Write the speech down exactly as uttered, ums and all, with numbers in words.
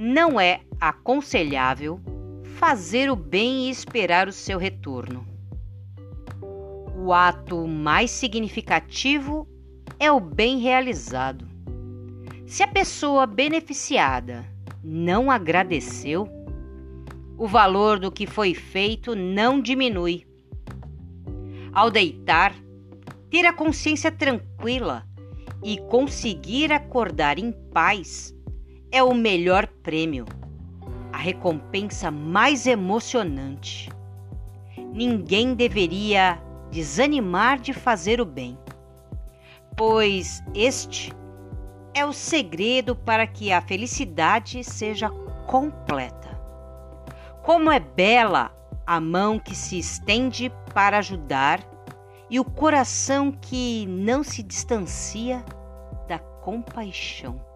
Não é aconselhável fazer o bem e esperar o seu retorno. O ato mais significativo é o bem realizado. Se a pessoa beneficiada não agradeceu, o valor do que foi feito não diminui. Ao deitar, ter a consciência tranquila e conseguir acordar em paz é o melhor prêmio, a recompensa mais emocionante. Ninguém deveria desanimar de fazer o bem, pois este é o segredo para que a felicidade seja completa. Como é bela a mão que se estende para ajudar e o coração que não se distancia da compaixão.